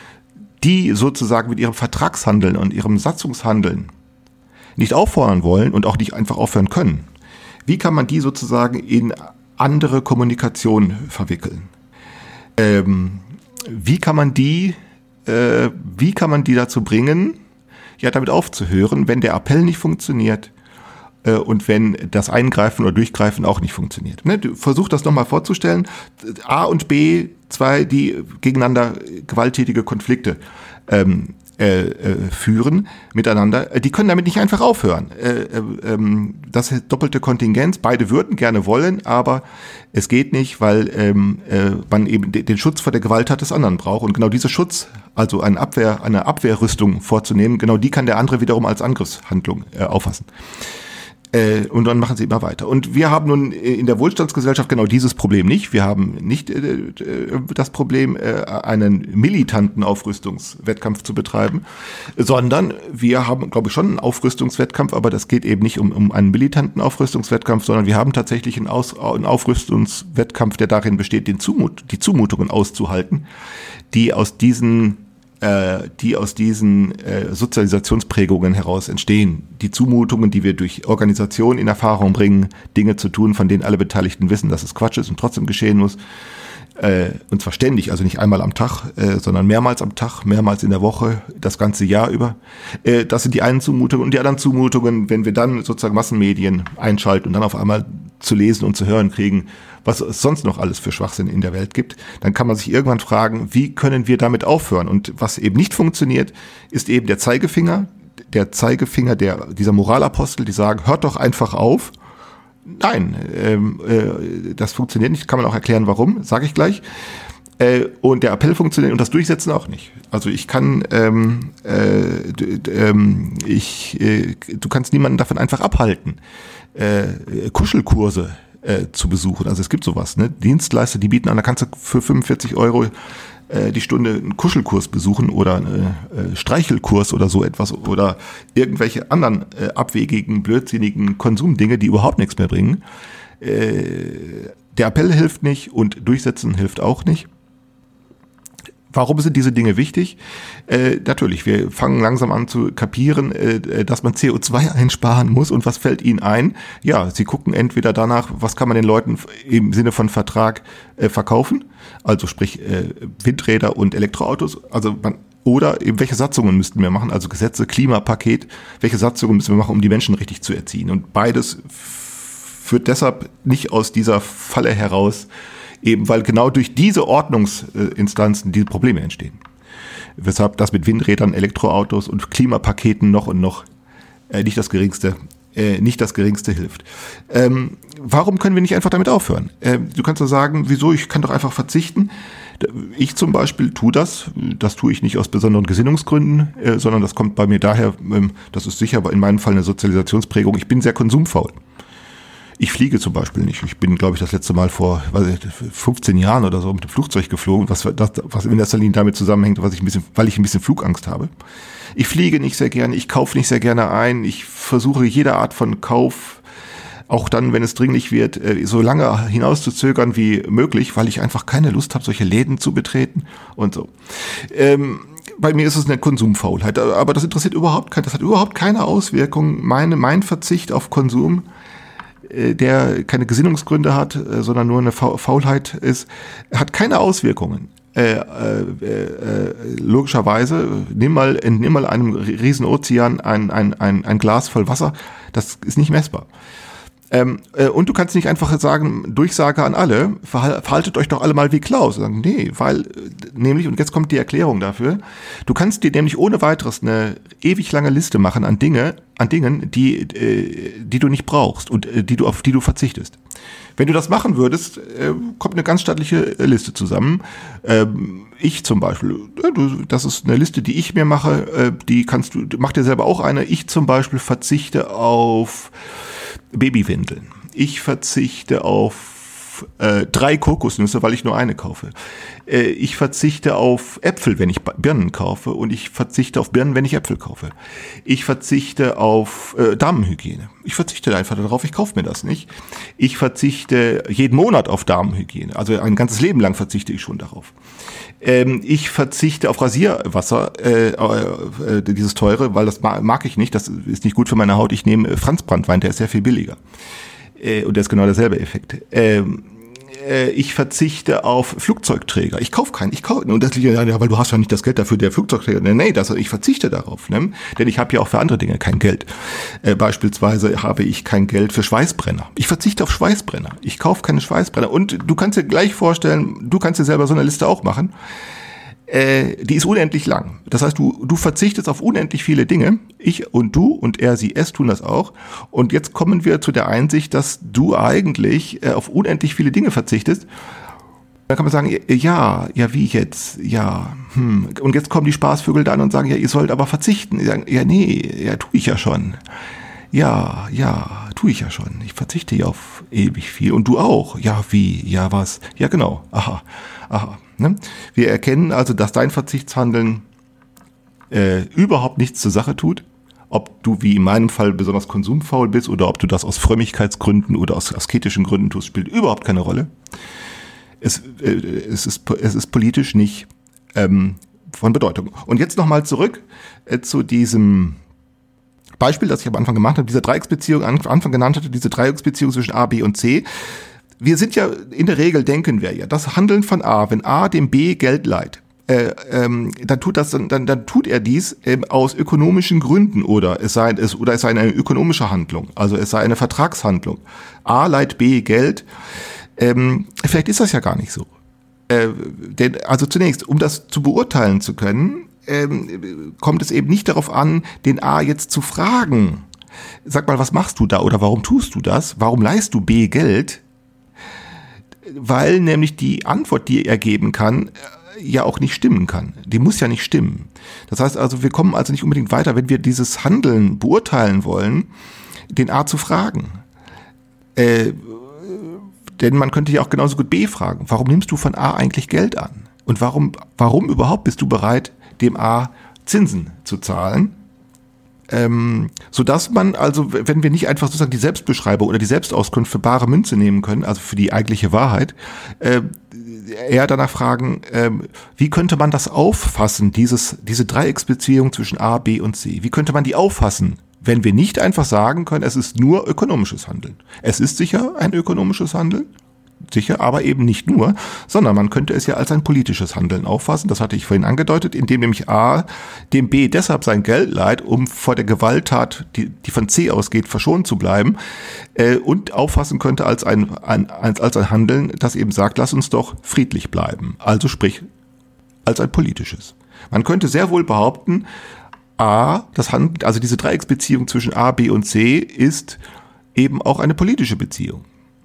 die sozusagen mit ihrem Vertragshandeln und ihrem Satzungshandeln nicht auffordern wollen und auch nicht einfach aufhören können, wie kann man die sozusagen in andere Kommunikation verwickeln? Ähm, wie kann man die, äh, wie kann man die dazu bringen, ja, damit aufzuhören, wenn der Appell nicht funktioniert äh, und wenn das Eingreifen oder Durchgreifen auch nicht funktioniert. Ne? Du versuch das nochmal vorzustellen. A und B, zwei, die gegeneinander gewalttätige Konflikte ähm, äh, äh, führen miteinander, die können damit nicht einfach aufhören. Äh, äh, das doppelte Kontingenz, beide würden gerne wollen, aber es geht nicht, weil ähm, äh, man eben den Schutz vor der Gewalt hat des anderen braucht. Und genau dieser Schutz, also eine Abwehr, eine Abwehrrüstung vorzunehmen, genau die kann der andere wiederum als Angriffshandlung äh, auffassen. Äh, und dann machen sie immer weiter. Und wir haben nun in der Wohlstandsgesellschaft genau dieses Problem nicht. Wir haben nicht äh, das Problem, äh, einen militanten Aufrüstungswettkampf zu betreiben, sondern wir haben, glaube ich, schon einen Aufrüstungswettkampf, aber das geht eben nicht um, um einen militanten Aufrüstungswettkampf, sondern wir haben tatsächlich einen, Aus, einen Aufrüstungswettkampf, der darin besteht, den Zumut, die Zumutungen auszuhalten, die aus diesen die aus diesen äh, Sozialisationsprägungen heraus entstehen. Die Zumutungen, die wir durch Organisation in Erfahrung bringen, Dinge zu tun, von denen alle Beteiligten wissen, dass es Quatsch ist und trotzdem geschehen muss. Äh, und zwar ständig, also nicht einmal am Tag, äh, sondern mehrmals am Tag, mehrmals in der Woche, das ganze Jahr über. Äh, das sind die einen Zumutungen. Und die anderen Zumutungen, wenn wir dann sozusagen Massenmedien einschalten und dann auf einmal zu lesen und zu hören kriegen, was es sonst noch alles für Schwachsinn in der Welt gibt, dann kann man sich irgendwann fragen, wie können wir damit aufhören? Und was eben nicht funktioniert, ist eben der Zeigefinger, der Zeigefinger der, dieser Moralapostel, die sagen, hört doch einfach auf. Nein, ähm, äh, das funktioniert nicht, kann man auch erklären, warum, sage ich gleich. Äh, und der Appell funktioniert und das Durchsetzen auch nicht. Also ich kann, ähm, äh, d- d- ähm, ich, äh, du kannst niemanden davon einfach abhalten, äh, Kuschelkurse äh, zu besuchen. Also es gibt sowas, ne? Dienstleister, die bieten an, da kannst du für fünfundvierzig Euro äh, die Stunde einen Kuschelkurs besuchen oder einen äh, Streichelkurs oder so etwas oder irgendwelche anderen äh, abwegigen, blödsinnigen Konsumdinge, die überhaupt nichts mehr bringen. Äh, der Appell hilft nicht und Durchsetzen hilft auch nicht. Warum sind diese Dinge wichtig? Äh, natürlich, wir fangen langsam an zu kapieren, äh, dass man C O zwei einsparen muss. Und was fällt Ihnen ein? Ja, Sie gucken entweder danach, was kann man den Leuten im Sinne von Vertrag äh, verkaufen, also sprich äh, Windräder und Elektroautos, also man, oder eben welche Satzungen müssten wir machen, also Gesetze, Klimapaket, welche Satzungen müssen wir machen, um die Menschen richtig zu erziehen. Und beides führt deshalb nicht aus dieser Falle heraus, eben weil genau durch diese Ordnungsinstanzen diese Probleme entstehen. Weshalb das mit Windrädern, Elektroautos und Klimapaketen noch und noch äh, nicht das geringste, äh, nicht das geringste hilft. Ähm, warum können wir nicht einfach damit aufhören? Äh, du kannst doch sagen, wieso, ich kann doch einfach verzichten. Ich zum Beispiel tue das. Das tue ich nicht aus besonderen Gesinnungsgründen, äh, sondern das kommt bei mir daher, ähm, das ist sicher in meinem Fall eine Sozialisationsprägung. Ich bin sehr konsumfaul. Ich fliege zum Beispiel nicht. Ich bin, glaube ich, das letzte Mal vor weiß ich, fünfzehn Jahren oder so mit dem Flugzeug geflogen, was, das, was in erster Linie damit zusammenhängt, was ich ein bisschen, weil ich ein bisschen Flugangst habe. Ich fliege nicht sehr gerne, ich kaufe nicht sehr gerne ein. Ich versuche jede Art von Kauf, auch dann, wenn es dringlich wird, so lange hinauszuzögern wie möglich, weil ich einfach keine Lust habe, solche Läden zu betreten und so. Ähm, Bei mir ist es eine Konsumfaulheit, aber das interessiert überhaupt keinen, das hat überhaupt keine Auswirkung. Meine, mein Verzicht auf Konsum, der keine Gesinnungsgründe hat, sondern nur eine Faulheit ist, hat keine Auswirkungen. Äh, äh, äh, logischerweise, nimm mal, nimm mal einem riesen Ozean ein, ein, ein, ein Glas voll Wasser, das ist nicht messbar. Ähm, äh, und du kannst nicht einfach sagen, Durchsage an alle, verhal- verhaltet euch doch alle mal wie Klaus. Sagen, nee, weil, nämlich, und jetzt kommt die Erklärung dafür, du kannst dir nämlich ohne weiteres eine ewig lange Liste machen an Dinge, an Dingen, die, äh, die du nicht brauchst und äh, die du, auf die du verzichtest. Wenn du das machen würdest, äh, kommt eine ganz stattliche Liste zusammen. Ähm, ich zum Beispiel, äh, du, das ist eine Liste, die ich mir mache, äh, die kannst du, mach dir selber auch eine. Ich zum Beispiel verzichte auf Babywindeln. Ich verzichte auf äh, drei Kokosnüsse, weil ich nur eine kaufe. Äh, ich verzichte auf Äpfel, wenn ich Birnen kaufe, und ich verzichte auf Birnen, wenn ich Äpfel kaufe. Ich verzichte auf äh, Damenhygiene. Ich verzichte einfach darauf, ich kaufe mir das nicht. Ich verzichte jeden Monat auf Damenhygiene. Also ein ganzes Leben lang verzichte ich schon darauf. Ähm, ich verzichte auf Rasierwasser, äh, äh, dieses teure, weil das mag ich nicht, das ist nicht gut für meine Haut. Ich nehme Franzbranntwein, der ist sehr viel billiger. Äh, und der ist genau derselbe Effekt. Ähm, äh, ich verzichte auf Flugzeugträger. Ich kaufe keinen, ich kaufe, und das liegt ja, weil du hast ja nicht das Geld dafür, der Flugzeugträger. Nee, nee, das, ich verzichte darauf, ne? Denn ich habe ja auch für andere Dinge kein Geld. Äh, beispielsweise habe ich kein Geld für Schweißbrenner. Ich verzichte auf Schweißbrenner. Ich kaufe keine Schweißbrenner. Und du kannst dir gleich vorstellen, du kannst dir selber so eine Liste auch machen. Äh, die ist unendlich lang. Das heißt, du, du verzichtest auf unendlich viele Dinge. Ich und du und er, sie, es tun das auch. Und jetzt kommen wir zu der Einsicht, dass du eigentlich äh, auf unendlich viele Dinge verzichtest. Da kann man sagen, ja, ja, wie jetzt? Ja, hm. Und jetzt kommen die Spaßvögel dann und sagen, ja, ihr sollt aber verzichten. Die sagen, ja, nee, ja, tue ich ja schon. Ja, ja, tue ich ja schon. Ich verzichte ja auf ewig viel. Und du auch. Ja, wie? Ja, was? Ja, genau. Aha, aha. Ne? Wir erkennen also, dass dein Verzichtshandeln äh, überhaupt nichts zur Sache tut. Ob du wie in meinem Fall besonders konsumfaul bist oder ob du das aus Frömmigkeitsgründen oder aus asketischen Gründen tust, spielt überhaupt keine Rolle. Es, äh, es, ist, es ist politisch nicht ähm, von Bedeutung. Und jetzt nochmal zurück äh, zu diesem Beispiel, das ich am Anfang gemacht habe, diese Dreiecksbeziehung, am Anfang genannt hatte, diese Dreiecksbeziehung zwischen A, B und C. Wir sind ja, in der Regel denken wir ja, das Handeln von A, wenn A dem B Geld leiht, äh, ähm, dann tut das, dann, dann tut er dies ähm, aus ökonomischen Gründen oder es sei es oder es sei eine ökonomische Handlung, also es sei eine Vertragshandlung. A leiht B Geld, ähm, vielleicht ist das ja gar nicht so. Äh, denn, also zunächst, um das zu beurteilen zu können, ähm, kommt es eben nicht darauf an, den A jetzt zu fragen. Sag mal, was machst du da oder warum tust du das? Warum leihst du B Geld? Weil nämlich die Antwort, die er geben kann, ja auch nicht stimmen kann. Die muss ja nicht stimmen. Das heißt also, wir kommen also nicht unbedingt weiter, wenn wir dieses Handeln beurteilen wollen, den A zu fragen. Äh, denn man könnte ja auch genauso gut B fragen. Warum nimmst du von A eigentlich Geld an? Und warum, warum überhaupt bist du bereit, dem A Zinsen zu zahlen? Ähm, so dass man also, wenn wir nicht einfach sozusagen die Selbstbeschreibung oder die Selbstauskunft für bare Münze nehmen können, also für die eigentliche Wahrheit, äh, eher danach fragen, ähm, wie könnte man das auffassen, dieses, diese Dreiecksbeziehung zwischen A, B und C? Wie könnte man die auffassen, wenn wir nicht einfach sagen können, es ist nur ökonomisches Handeln? Es ist sicher ein ökonomisches Handeln, sicher, aber eben nicht nur, sondern man könnte es ja als ein politisches Handeln auffassen. Das hatte ich vorhin angedeutet, indem nämlich A dem B deshalb sein Geld leiht, um vor der Gewalttat, die, die von C ausgeht, verschont zu bleiben, äh, und auffassen könnte als ein, ein, als ein Handeln, das eben sagt, lass uns doch friedlich bleiben. Also sprich, als ein politisches. Man könnte sehr wohl behaupten, A, das Handeln, also diese Dreiecksbeziehung zwischen A, B und C ist eben auch eine politische Beziehung.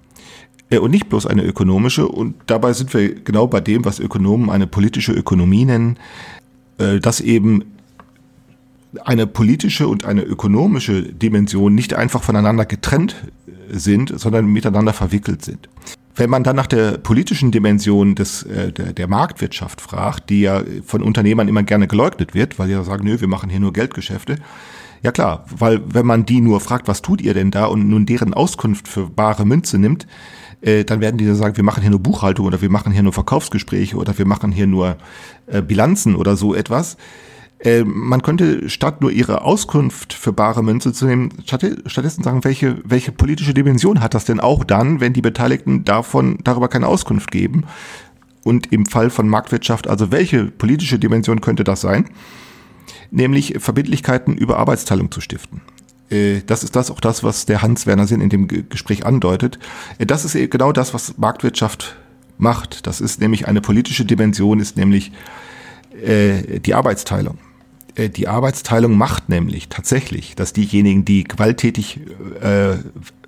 Und nicht bloß eine ökonomische. Und dabei sind wir genau bei dem, was Ökonomen eine politische Ökonomie nennen, dass eben eine politische und eine ökonomische Dimension nicht einfach voneinander getrennt sind, sondern miteinander verwickelt sind. Wenn man dann nach der politischen Dimension des, der, der Marktwirtschaft fragt, die ja von Unternehmern immer gerne geleugnet wird, weil die ja sagen, nö, wir machen hier nur Geldgeschäfte. Ja klar, weil wenn man die nur fragt, was tut ihr denn da, und nun deren Auskunft für bare Münze nimmt, dann werden die dann sagen, wir machen hier nur Buchhaltung oder wir machen hier nur Verkaufsgespräche oder wir machen hier nur äh, Bilanzen oder so etwas. Äh, man könnte statt nur ihre Auskunft für bare Münze zu nehmen, statt, stattdessen sagen, welche, welche politische Dimension hat das denn auch dann, wenn die Beteiligten davon darüber keine Auskunft geben? Und im Fall von Marktwirtschaft, also welche politische Dimension könnte das sein? Nämlich Verbindlichkeiten über Arbeitsteilung zu stiften. Das ist das auch das, was der Hans-Werner Sinn in dem Gespräch andeutet. Das ist genau das, was Marktwirtschaft macht. Das ist nämlich eine politische Dimension, ist nämlich äh, die Arbeitsteilung. Äh, die Arbeitsteilung macht nämlich tatsächlich, dass diejenigen, die gewalttätig, äh, äh,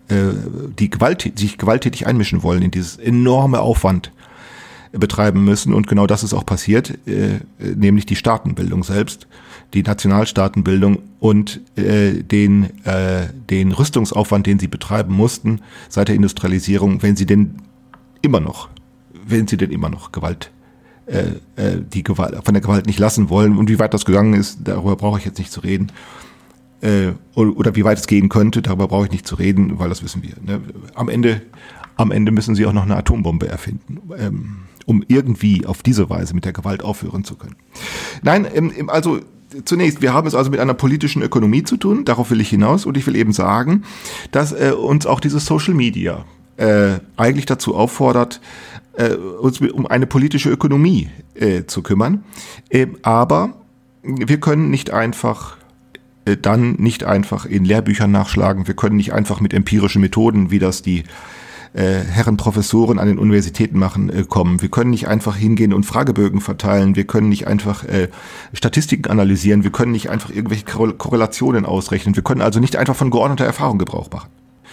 die gewalttätig, sich gewalttätig einmischen wollen in dieses enorme Aufwand betreiben müssen. Und genau das ist auch passiert, äh, nämlich die Staatenbildung selbst, die Nationalstaatenbildung und äh, den, äh, den Rüstungsaufwand, den sie betreiben mussten seit der Industrialisierung, wenn sie denn immer noch, wenn sie denn immer noch Gewalt, äh, äh, die Gewalt, von der Gewalt nicht lassen wollen. Und wie weit das gegangen ist, darüber brauche ich jetzt nicht zu reden. Äh, oder, oder wie weit es gehen könnte, darüber brauche ich nicht zu reden, weil das wissen wir. Ne? Am Ende, am Ende müssen sie auch noch eine Atombombe erfinden, ähm, um irgendwie auf diese Weise mit der Gewalt aufhören zu können. Nein, ähm, also zunächst, wir haben es also mit einer politischen Ökonomie zu tun, darauf will ich hinaus, und ich will eben sagen, dass äh, uns auch dieses Social Media äh, eigentlich dazu auffordert, äh, uns um eine politische Ökonomie äh, zu kümmern. Äh, aber wir können nicht einfach äh, dann nicht einfach in Lehrbüchern nachschlagen, wir können nicht einfach mit empirischen Methoden, wie das die Äh, Herren Professoren an den Universitäten machen, äh, kommen. Wir können nicht einfach hingehen und Fragebögen verteilen. Wir können nicht einfach äh, Statistiken analysieren. Wir können nicht einfach irgendwelche Korrelationen ausrechnen. Wir können also nicht einfach von geordneter Erfahrung Gebrauch machen.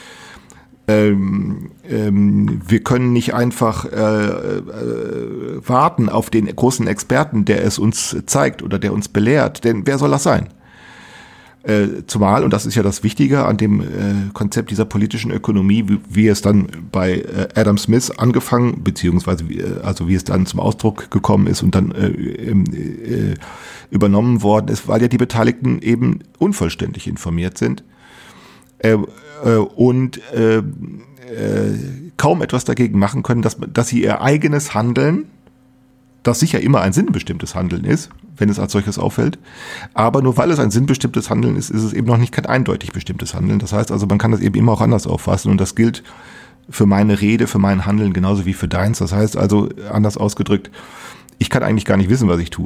Ähm, ähm, wir können nicht einfach äh, äh, warten auf den großen Experten, der es uns zeigt oder der uns belehrt. Denn wer soll das sein? Äh, zumal, und das ist ja das Wichtige an dem äh, Konzept dieser politischen Ökonomie, wie, wie es dann bei äh, Adam Smith angefangen, beziehungsweise wie, äh, also wie es dann zum Ausdruck gekommen ist und dann äh, äh, übernommen worden ist, weil ja die Beteiligten eben unvollständig informiert sind äh, äh, und äh, äh, kaum etwas dagegen machen können, dass, dass sie ihr eigenes Handeln, das sicher immer ein sinnbestimmtes Handeln ist, wenn es als solches auffällt. Aber nur weil es ein sinnbestimmtes Handeln ist, ist es eben noch nicht kein eindeutig bestimmtes Handeln. Das heißt also, man kann das eben immer auch anders auffassen. Und das gilt für meine Rede, für mein Handeln genauso wie für deins. Das heißt also, anders ausgedrückt, ich kann eigentlich gar nicht wissen, was ich tue.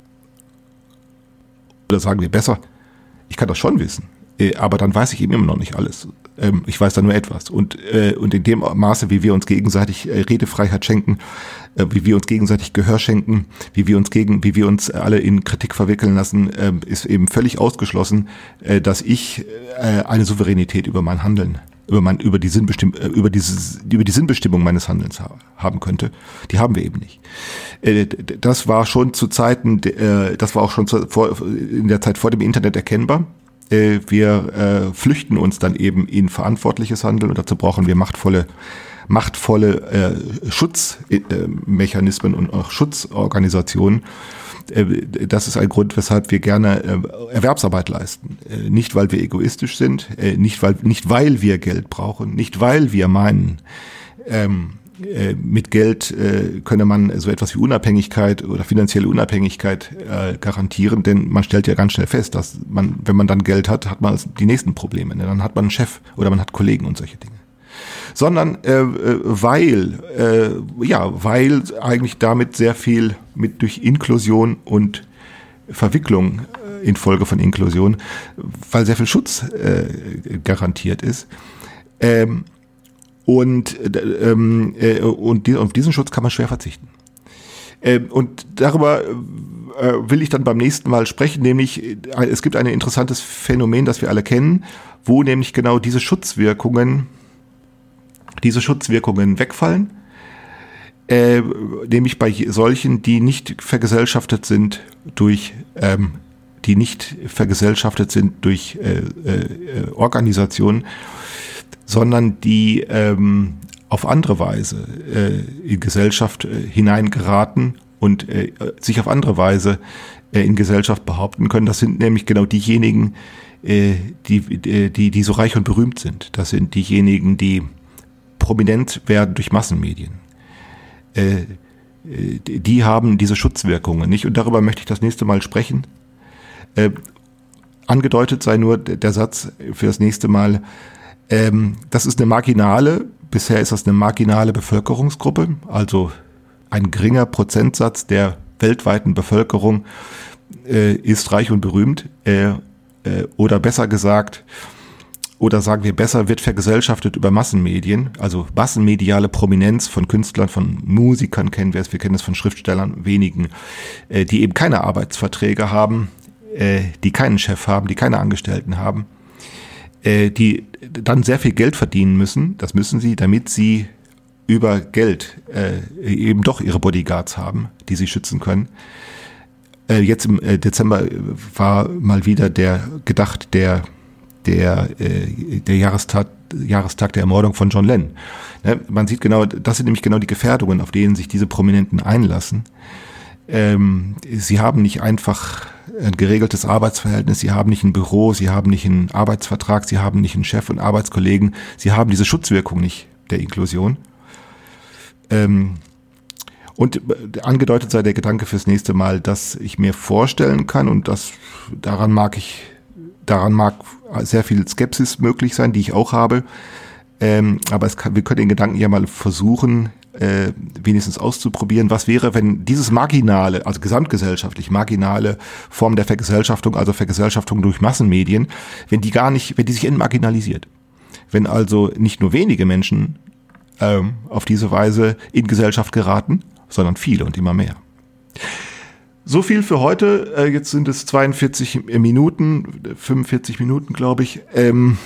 Oder sagen wir besser, ich kann das schon wissen. Aber dann weiß ich eben immer noch nicht alles. Ich weiß da nur etwas. Und, und in dem Maße, wie wir uns gegenseitig Redefreiheit schenken, wie wir uns gegenseitig Gehör schenken, wie wir uns gegen, wie wir uns alle in Kritik verwickeln lassen, ist eben völlig ausgeschlossen, dass ich eine Souveränität über mein Handeln, über mein, über die Sinnbestimm, über dieses, über die Sinnbestimmung meines Handelns haben könnte. Die haben wir eben nicht. Das war schon zu Zeiten, das war auch schon in der Zeit vor dem Internet erkennbar. Wir äh, flüchten uns dann eben in verantwortliches Handeln und dazu brauchen wir machtvolle, machtvolle äh, Schutzmechanismen und auch Schutzorganisationen. Äh, das ist ein Grund, weshalb wir gerne äh, Erwerbsarbeit leisten. Äh, nicht, weil wir egoistisch sind, äh, nicht, weil, nicht weil wir Geld brauchen, nicht weil wir meinen, ähm, äh, mit Geld äh, könne man so etwas wie Unabhängigkeit oder finanzielle Unabhängigkeit äh, garantieren, denn man stellt ja ganz schnell fest, dass man, wenn man dann Geld hat, hat man die nächsten Probleme. Ne? Dann hat man einen Chef oder man hat Kollegen und solche Dinge. Sondern äh, weil, äh, ja, weil eigentlich damit sehr viel mit durch Inklusion und Verwicklung äh, infolge von Inklusion, weil sehr viel Schutz äh, garantiert ist. Ähm, und äh, äh, und die, auf diesen Schutz kann man schwer verzichten. Äh, und darüber äh, will ich dann beim nächsten Mal sprechen, nämlich äh, es gibt ein interessantes Phänomen, das wir alle kennen, wo nämlich genau diese Schutzwirkungen diese Schutzwirkungen wegfallen, äh, nämlich bei solchen, die nicht vergesellschaftet sind durch, ähm, die nicht vergesellschaftet sind durch äh, äh, Organisationen, sondern die ähm, auf andere Weise äh, in Gesellschaft äh, hineingeraten und äh, sich auf andere Weise äh, in Gesellschaft behaupten können. Das sind nämlich genau diejenigen, äh, die, die, die so reich und berühmt sind. Das sind diejenigen, die prominent werden durch Massenmedien. Äh, die haben diese Schutzwirkungen nicht und darüber möchte ich das nächste Mal sprechen. Äh, angedeutet sei nur der Satz für das nächste Mal, ähm, das ist eine marginale, bisher ist das eine marginale Bevölkerungsgruppe, also ein geringer Prozentsatz der weltweiten Bevölkerung äh, ist reich und berühmt äh, äh, oder besser gesagt, oder sagen wir besser, wird vergesellschaftet über Massenmedien, also massenmediale Prominenz von Künstlern, von Musikern kennen wir es, wir kennen es von Schriftstellern, wenigen, äh, die eben keine Arbeitsverträge haben, äh, die keinen Chef haben, die keine Angestellten haben, äh, die dann sehr viel Geld verdienen müssen, das müssen sie, damit sie über Geld äh, eben doch ihre Bodyguards haben, die sie schützen können. Äh, jetzt im äh, Dezember war mal wieder der gedacht, der der, äh, der Jahrestag, Jahrestag der Ermordung von John Lennon. Ne, man sieht genau, das sind nämlich genau die Gefährdungen, auf denen sich diese Prominenten einlassen. Ähm, sie haben nicht einfach ein geregeltes Arbeitsverhältnis, sie haben nicht ein Büro, sie haben nicht einen Arbeitsvertrag, sie haben nicht einen Chef und Arbeitskollegen, sie haben diese Schutzwirkung nicht der Inklusion. Ähm, und angedeutet sei der Gedanke fürs nächste Mal, dass ich mir vorstellen kann, und das daran mag ich Daran mag sehr viel Skepsis möglich sein, die ich auch habe. Ähm, aber es kann, wir können den Gedanken ja mal versuchen, äh, wenigstens auszuprobieren. Was wäre, wenn dieses marginale, also gesamtgesellschaftlich marginale Form der Vergesellschaftung, also Vergesellschaftung durch Massenmedien, wenn die gar nicht, wenn die sich entmarginalisiert. Wenn also nicht nur wenige Menschen ähm, auf diese Weise in Gesellschaft geraten, sondern viele und immer mehr. So viel für heute. Jetzt sind es zweiundvierzig Minuten, fünfundvierzig Minuten, glaube ich. Ähm,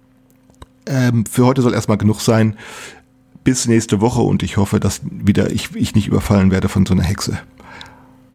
ähm, für heute soll erstmal genug sein. Bis nächste Woche und ich hoffe, dass wieder ich, ich nicht überfallen werde von so einer Hexe.